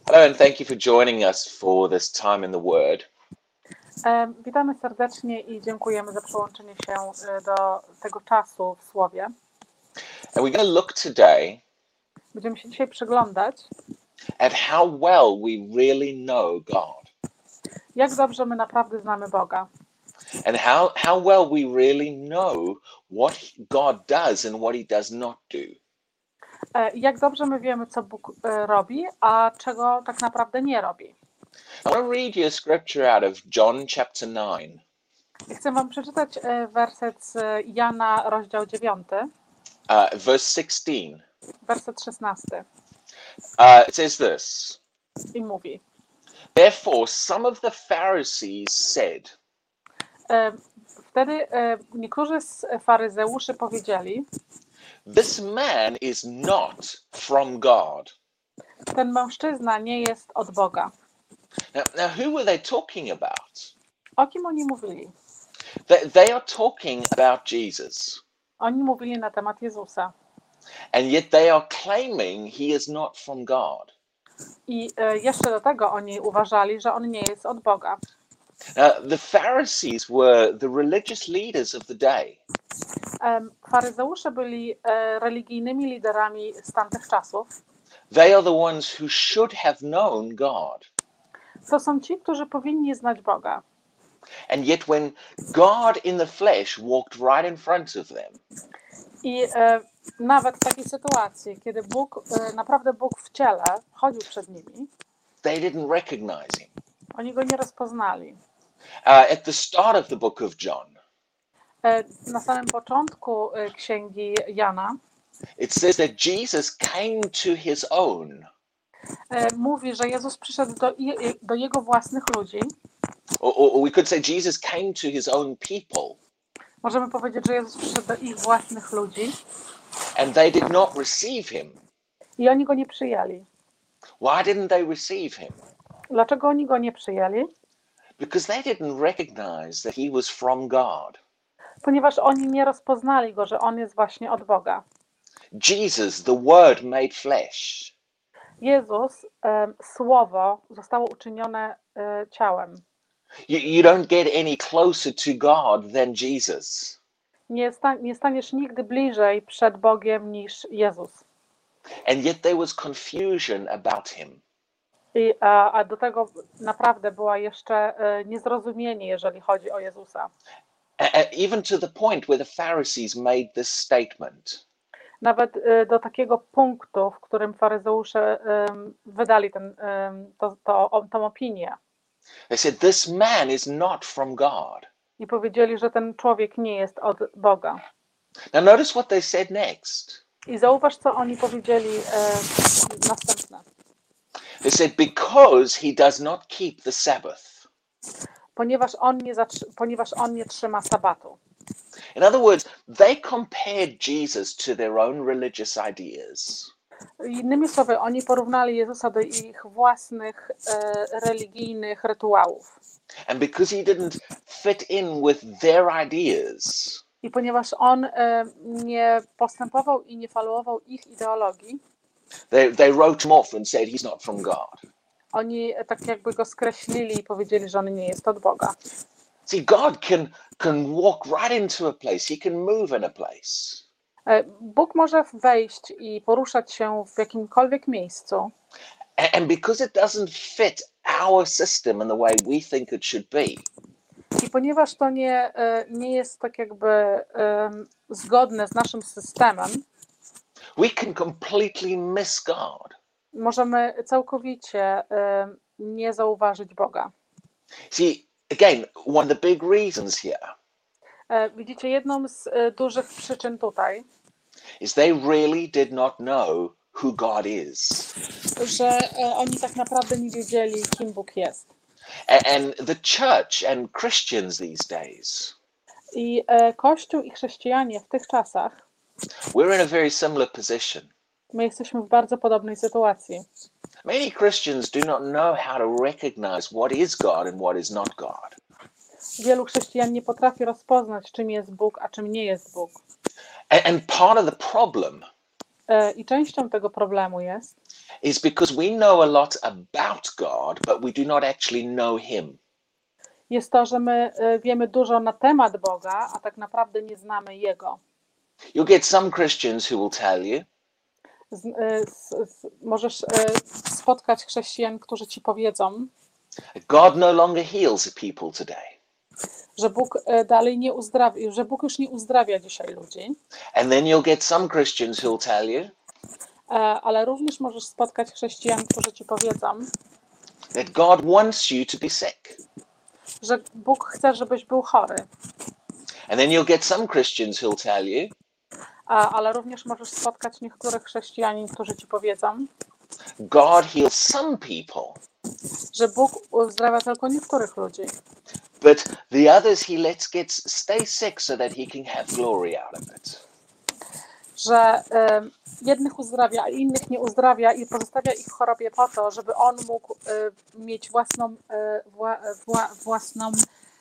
Hello, and thank you for joining us for this time in the Word. Witamy serdecznie i dziękujemy za przyłączenie się do tego czasu w Słowie. And we're going to look today Będziemy się dzisiaj przyglądać, at how well we really know God jak dobrze my naprawdę znamy Boga and how well we really know what God does and what He does not do. i jak dobrze my wiemy, co Bóg robi, a czego tak naprawdę nie robi. I want to read you a scripture out of John chapter 9. I chcę wam przeczytać werset z Jana, rozdział 9, Verse 16. werset 16. It says this: I mówi: Therefore, some of the Pharisees said, Wtedy niektórzy z faryzeuszy powiedzieli: This man is not from God. ten mężczyzna nie jest od Boga. Now who were they talking about? O kim oni mówili? They are talking about Jesus. Oni mówili na temat Jezusa. And yet they are claiming he is not from God. I jeszcze do tego oni uważali, że on nie jest od Boga. The Pharisees were the religious leaders of the day. Faryzeusze byli religijnymi liderami z tamtych czasów. They are the ones who should have known God. To są ci, którzy powinni znać Boga. And yet when God in the flesh walked right in front of them, I nawet w takiej sytuacji, kiedy naprawdę Bóg w ciele chodził przed nimi, they didn't recognize him. oni go nie rozpoznali. At the start of the book of John, Na samym początku księgi Jana it says that Jesus came to his own. mówi, że Jezus przyszedł do jego własnych ludzi. Or we could say Jesus came to his own people. Możemy powiedzieć, że Jezus przyszedł do ich własnych ludzi. And they did not receive him. I oni go nie przyjęli. Why didn't they receive him? Dlaczego oni go nie przyjęli? Because they didn't recognize that he was from God. Ponieważ oni nie rozpoznali go, że on jest właśnie od Boga. Jesus, the Word made flesh. Jezus, słowo, zostało uczynione ciałem. You don't get any closer to God than Jesus. Nie staniesz nigdy bliżej przed Bogiem niż Jezus. And yet there was confusion about him. A do tego naprawdę była jeszcze niezrozumienie, jeżeli chodzi o Jezusa. Even to the point where the Pharisees made this statement. Nawet do takiego punktu, w którym faryzeusze wydali tą opinię. They said, this man is not from God. I powiedzieli, że ten człowiek nie jest od Boga. Now notice what they said next. I zauważ, co oni powiedzieli następne. They said, because he does not keep the Sabbath. Ponieważ on nie trzyma sabatu. In other words, they compared Jesus to their own religious ideas. Innymi słowy, oni porównali Jezusa do ich własnych religijnych rytuałów. And because he didn't fit in with their ideas, I ponieważ on nie postępował i nie followował ich ideologii, they wrote him off and said he's not from God. oni tak jakby go skreślili i powiedzieli, że on nie jest od Boga. See, God can walk right into a place. He can move in a place. Bóg może wejść i poruszać się w jakimkolwiek miejscu. And because it doesn't fit our system and the way we think it should be, I ponieważ to nie jest tak jakby zgodne z naszym systemem, we can completely miss God. możemy całkowicie nie zauważyć Boga. See, again, one of the big reasons here Widzicie, jedną z dużych przyczyn tutaj, is they really did not know who God is. że oni tak naprawdę nie wiedzieli, kim Bóg jest. And the church and Christians these days, I Kościół i chrześcijanie w tych czasach, we're in a very similar position. my jesteśmy w bardzo podobnej sytuacji. Many Christians do not know how to recognize what is God and what is not God. Wielu chrześcijan nie potrafi rozpoznać, czym jest Bóg, a czym nie jest Bóg. And part of the problem I częścią tego problemu jest, is because we know a lot about God, but we do not actually know Him. jest to, że my wiemy dużo na temat Boga, a tak naprawdę nie znamy Jego. You'll get some Christians who will tell you, Możesz spotkać chrześcijan, którzy ci powiedzą, God no longer heals the people today. że Bóg dalej nie uzdrawia, że Bóg już nie uzdrawia dzisiaj ludzi. And then you'll get some Christians who will tell you Ale również możesz spotkać chrześcijan, którzy ci powiedzą, that God wants you to be sick. że Bóg chce, żebyś był chory. And then you'll get some Christians who'll tell you Ale również możesz spotkać niektórych chrześcijanin, którzy ci powiedzą, God heals some people, że Bóg uzdrawia tylko niektórych ludzi, but the others he lets stay sick so that he can have glory out of it. że jednych uzdrawia, a innych nie uzdrawia i pozostawia ich w chorobie po to, żeby on mógł mieć własną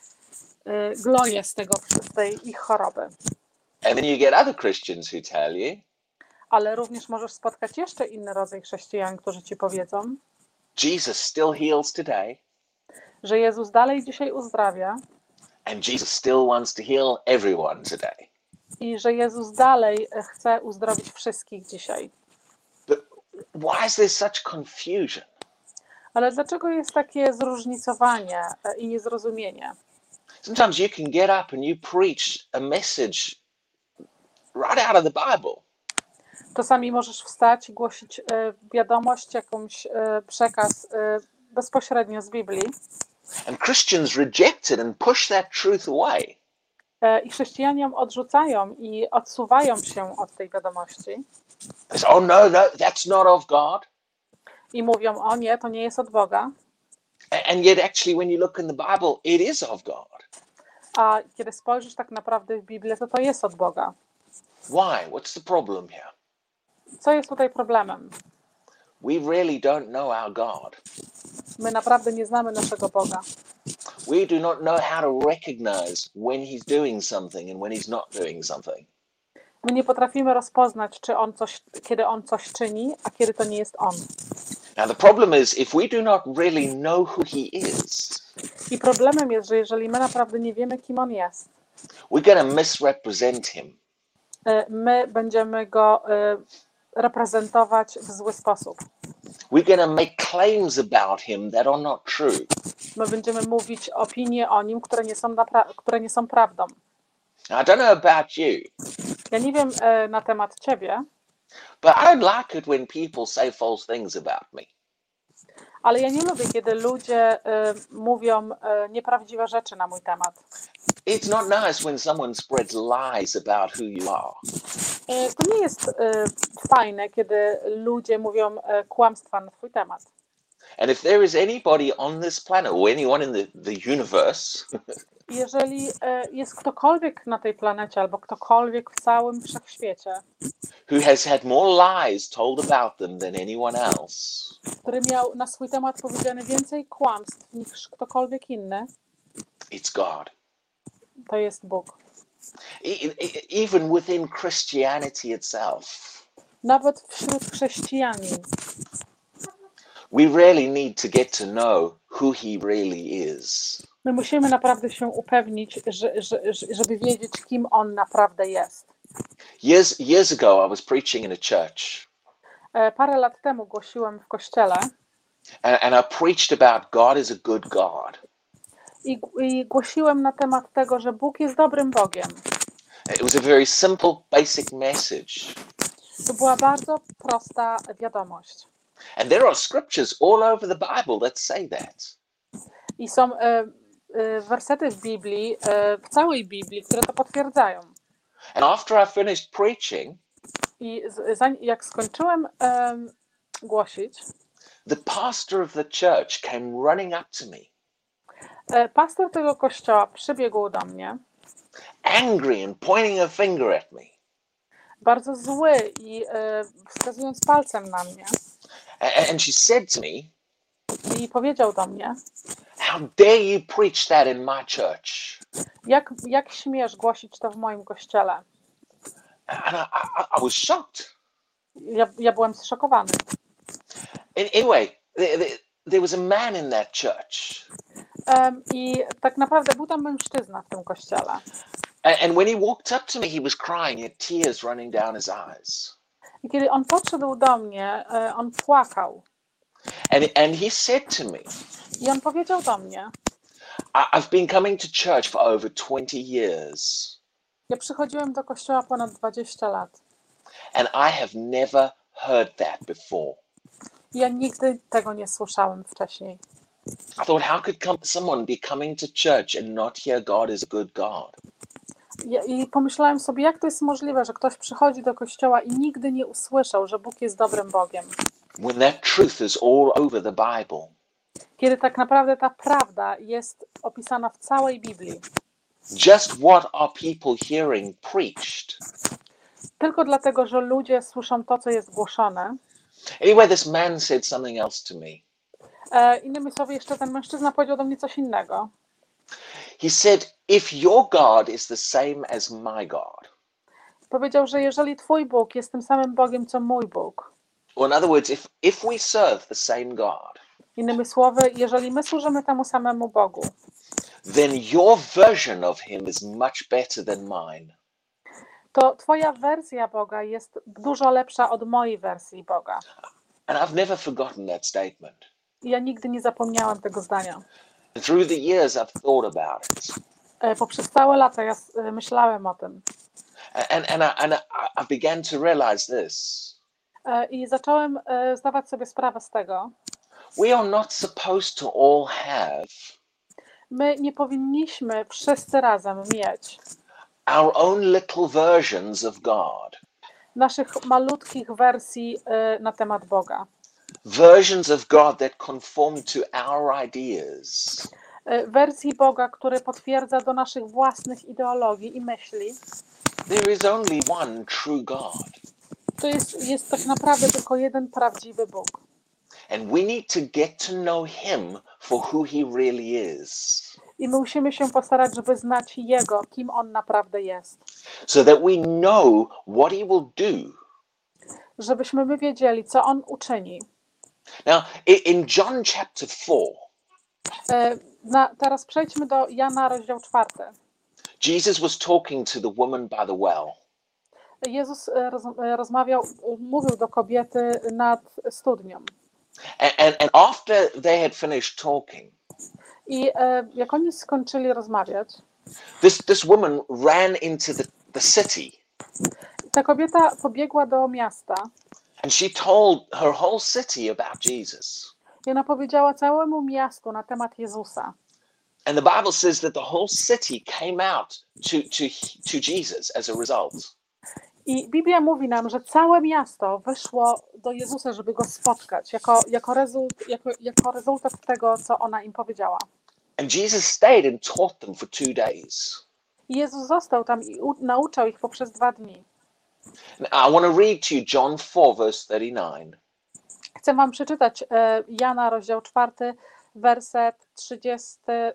gloję z tej ich choroby. And then you get other Christians who tell you Ale również możesz spotkać jeszcze inny rodzaj chrześcijan, którzy ci powiedzą, Jesus still heals today, że Jezus dalej dzisiaj uzdrawia and Jesus still wants to heal everyone today. i że Jezus dalej chce uzdrowić wszystkich dzisiaj. But why is there such confusion? Ale dlaczego jest takie zróżnicowanie i niezrozumienie? Sometimes you can get up and you preach a message right out of the Bible. Czasami możesz wstać i głosić wiadomość, jakąś przekaz bezpośrednio z Biblii. And Christians reject it and push that truth away. I chrześcijanie ją odrzucają i odsuwają się od tej wiadomości. They say, oh no, that's not of God. I mówią, o nie, to nie jest od Boga. And yet actually when you look in the Bible, it is of God. A kiedy spojrzysz tak naprawdę w Biblię, to jest od Boga. Why? What's the problem here? Co jest tutaj problemem? We really don't know our God. My naprawdę nie znamy naszego Boga. We do not know how to recognize when he's doing something and when he's not doing something. My nie potrafimy rozpoznać, kiedy On coś czyni, a kiedy to nie jest On. Now the problem is if we do not really know who he is, I problemem jest, że jeżeli my naprawdę nie wiemy, kim On jest, we're going to misrepresent him. my będziemy Go reprezentować w zły sposób. We're going to make claims about him that are not true. My będziemy mówić opinie o Nim, które nie są prawdą. Now, I don't know about you, Ja nie wiem na temat Ciebie, but I don't like it when people say false things about me. ale ja nie lubię, kiedy ludzie mówią nieprawdziwe rzeczy na mój temat. It's not nice when someone spreads lies about who you are. To nie jest fajne, kiedy ludzie mówią kłamstwa na Twój temat. And if there is anybody on this planet or anyone in the universe Jeżeli jest ktokolwiek na tej planecie albo ktokolwiek w całym wszechświecie, who has had more lies told about them than anyone else, który miał na swój temat powiedziane więcej kłamstw niż ktokolwiek inny, it's God. to jest Bóg. Even within Christianity itself, Nawet wśród chrześcijanin we really need to get to know who he really is. my musimy naprawdę się upewnić, żeby wiedzieć, kim On naprawdę jest. Years ago, I was preaching in a church, Parę lat temu głosiłem w kościele and I preached about God is a good God. i głosiłem na temat tego, że Bóg jest dobrym Bogiem. It was a very simple, basic message. To była bardzo prosta wiadomość. And there are scriptures all over the Bible that say that. I są wersety w Biblii, w całej Biblii, które to potwierdzają. And after I finished preaching, I jak skończyłem głosić, the pastor of the church came running up to me, pastor tego kościoła przybiegł do mnie, angry and pointing a finger at me. bardzo zły i wskazując palcem na mnie. And she said to me, I powiedział do mnie, how dare you preach that in my church? jak śmiesz głosić to w moim kościele? And I was shocked. Ja byłem zszokowany. Anyway, there was a man in that church. I tak naprawdę był tam mężczyzna w tym kościele. And when he walked up to me, he was crying, he had tears running down his eyes. I kiedy on podszedł do mnie, on płakał. And he said to me, I on powiedział do mnie, I've been coming to church for over 20 years. ja przychodziłem do kościoła ponad 20 lat. And I have never heard that before. Ja nigdy tego nie słyszałem wcześniej. I thought, how could someone be coming to church and not hear God is a good God? I pomyślałem sobie, jak to jest możliwe, że ktoś przychodzi do kościoła i nigdy nie usłyszał, że Bóg jest dobrym Bogiem. When that truth is all over the Bible. Kiedy tak naprawdę ta prawda jest opisana w całej Biblii. Just what are people hearing preached? Tylko dlatego, że ludzie słyszą to, co jest głoszone. Anyway, this man said something else to me. Innymi słowy, jeszcze ten mężczyzna powiedział do mnie coś innego. He said, if your God is the same as my God. Powiedział, że jeżeli twój Bóg jest tym samym Bogiem, co mój Bóg. Or in other words, if we serve the same God. Innymi słowy, jeżeli my służymy temu samemu Bogu. Then your version of him is much better than mine. To twoja wersja Boga jest dużo lepsza od mojej wersji Boga. And I've never forgotten that statement. I ja nigdy nie zapomniałam tego zdania. Through the years I've thought about it. Poprzez całe lata ja myślałem o tym. And I began to realize this. I zacząłem zdawać sobie sprawę z tego. We are not supposed to all have My nie powinniśmy wszyscy razem mieć our own little versions of God. Naszych malutkich wersji na temat Boga. Versions of God that conform to our ideas. Wersji Boga, który potwierdza do naszych własnych ideologii i myśli. There is only one true God. To jest tak naprawdę tylko jeden prawdziwy Bóg. And we need to get to know him for who he really is. I my musimy się postarać, żeby znać Jego, kim On naprawdę jest. So that we know what he will do. Żebyśmy my wiedzieli, co On uczyni. Now, in John chapter 4, Teraz przejdźmy do Jana, rozdział 4. Jesus was talking to the woman by the well. Jezus mówił do kobiety nad studnią. And after they had finished talking, I jak oni skończyli rozmawiać, this woman ran into the city. Ta kobieta pobiegła do miasta. And she told her whole city about Jesus. I ona powiedziała całemu miastu na temat Jezusa. And the Bible says that the whole city came out to Jesus as a result. I Biblia mówi nam, że całe miasto wyszło do Jezusa, żeby Go spotkać, jako rezultat tego, co ona im powiedziała. And Jesus stayed and taught them for 2 days. I Jezus został tam i nauczał ich poprzez 2 dni. Now, I want to read to you John 4, verse 39. Chcę wam przeczytać Jana, rozdział 4, werset 30,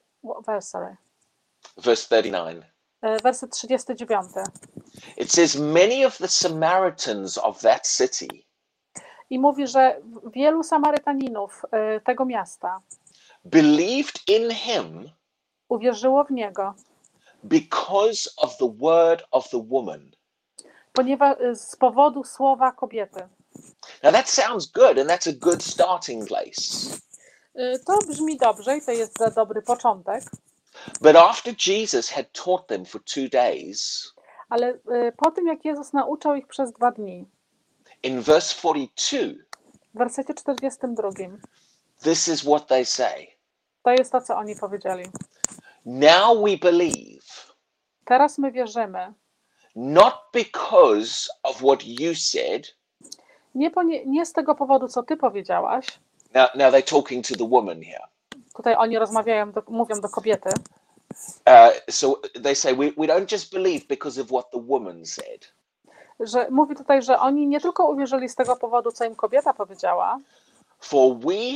Verse 39. Werset 39. It says, many of the Samaritans of that city I mówi, że wielu Samarytaninów tego miasta believed in him uwierzyło w Niego, because of the word of the woman. ponieważ z powodu słowa kobiety. Now that sounds good, and that's a good starting place. To brzmi dobrze i to jest dobry początek. But after Jesus had taught them for 2 days, Ale po tym, jak Jezus nauczał ich przez 2 dni, in verse 42, w wersecie 42, this is what they say. to jest to, co oni powiedzieli. Now we believe, Teraz my wierzymy, not because of what you said. nie z tego powodu, co ty powiedziałaś. Now they're talking to the woman here. Tutaj oni mówią do kobiety. So they say, we don't just believe because of what the woman said. Że mówi tutaj, że oni nie tylko uwierzyli z tego powodu, co im kobieta powiedziała. For we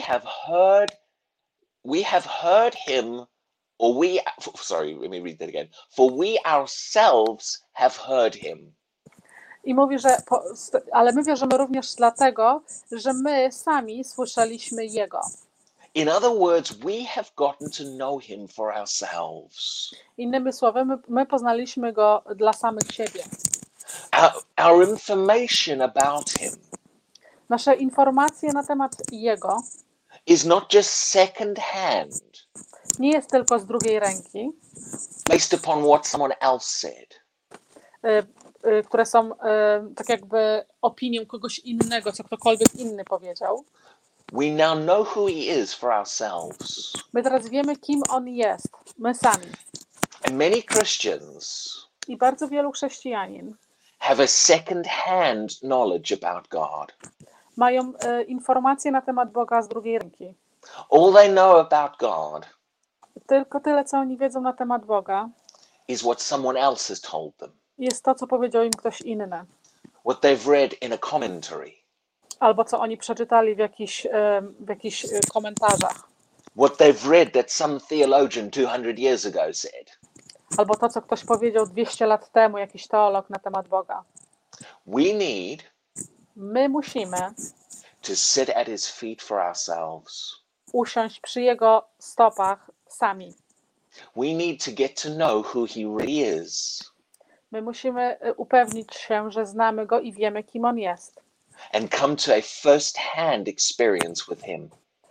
have heard him, sorry, let me read that again. For we ourselves have heard him. I mówi, że ale my wierzymy również dlatego, że my sami słyszeliśmy Jego. In other words, we have gotten to know him for ourselves. Innymi słowy, my poznaliśmy Go dla samych siebie. Our information about him Nasze informacje na temat Jego is not just second hand, nie jest tylko z drugiej ręki, based upon what someone else said. które są tak jakby opinią kogoś innego, co ktokolwiek inny powiedział. We now know who he is for ourselves. My teraz wiemy, kim On jest, my sami. And many Christians I bardzo wielu chrześcijanin have a second hand knowledge about God. mają informacje na temat Boga z drugiej ręki. All they know about God Tylko tyle, co oni wiedzą na temat Boga, is what someone else has told them, jest to, co powiedział im ktoś inny. what they've read in a commentary, Albo co oni przeczytali w jakichś komentarzach. what they've read that some theologian 200 years ago said. Albo to, co ktoś powiedział 200 lat temu, jakiś teolog na temat Boga. We need My musimy to sit at his feet for ourselves. usiąść przy Jego stopach sami. We need to get to know who he really is My musimy upewnić się, że znamy Go i wiemy, kim On jest. and come to a first-hand experience with him.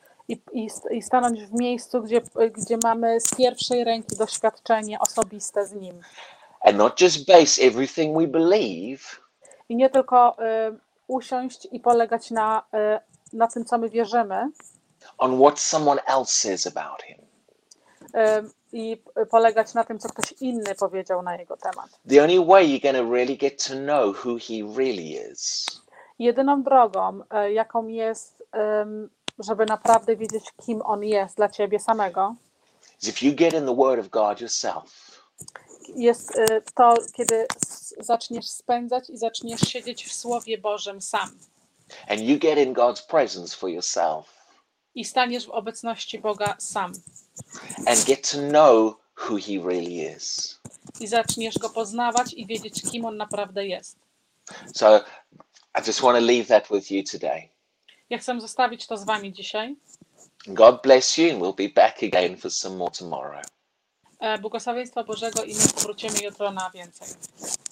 I stanąć w miejscu, gdzie mamy z pierwszej ręki doświadczenie osobiste z Nim. And not just base everything we believe I nie tylko usiąść i polegać na tym, co my wierzymy, on what someone else says about him. I polegać na tym, co ktoś inny powiedział na Jego temat. The only way you're going to really get to know who he really is Jedyną drogą, jaką jest, żeby naprawdę wiedzieć, kim On jest dla Ciebie samego, is if you get in the Word of God yourself. Jest to, kiedy zaczniesz spędzać i zaczniesz siedzieć w Słowie Bożym sam. And you get in God's presence for yourself I staniesz w obecności Boga sam. and get to know who he really is. I zaczniesz Go poznawać i wiedzieć, kim On naprawdę jest. So I just want to leave that with you today. Ja chcę zostawić to z Wami dzisiaj. God bless you, and we'll be back again for some more tomorrow. Błogosławieństwa Bożego i my powrócimy jutro na więcej.